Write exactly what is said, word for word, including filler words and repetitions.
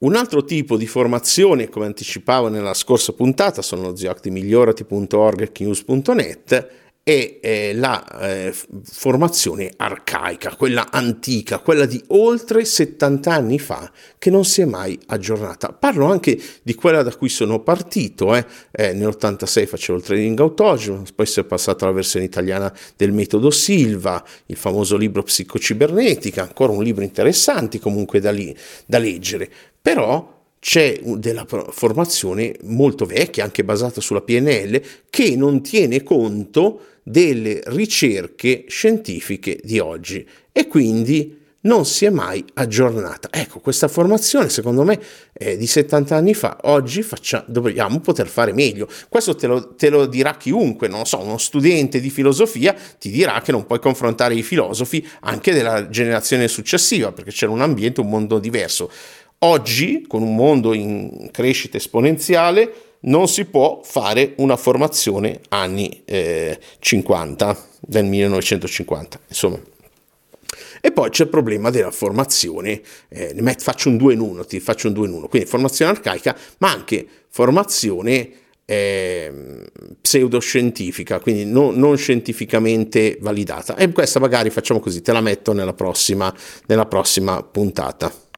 Un altro tipo di formazione, come anticipavo nella scorsa puntata, sono lo zio migliorati punto org e news punto net, e eh, la eh, formazione arcaica, quella antica, quella di oltre settanta anni fa, che non si è mai aggiornata. Parlo anche di quella da cui sono partito, eh. Eh, nell'ottantasei facevo il trading autogeno, poi si è passato alla versione italiana del metodo Silva, il famoso libro Psicocibernetica, ancora un libro interessante comunque da, lì, da leggere, però c'è della formazione molto vecchia, anche basata sulla P N L, che non tiene conto delle ricerche scientifiche di oggi e quindi non si è mai aggiornata. Ecco, questa formazione secondo me è di settanta anni fa, oggi faccia, dobbiamo poter fare meglio. Questo te lo, te lo dirà chiunque, non so, uno studente di filosofia ti dirà che non puoi confrontare i filosofi anche della generazione successiva, perché c'era un ambiente, un mondo diverso. Oggi, con un mondo in crescita esponenziale, non si può fare una formazione anni eh, cinquanta, del millenovecentocinquanta, insomma. E poi c'è il problema della formazione, eh, faccio un due in uno, ti faccio un due in uno, quindi formazione arcaica, ma anche formazione eh, pseudoscientifica, quindi non, non scientificamente validata. E questa magari facciamo così, te la metto nella prossima, nella prossima puntata.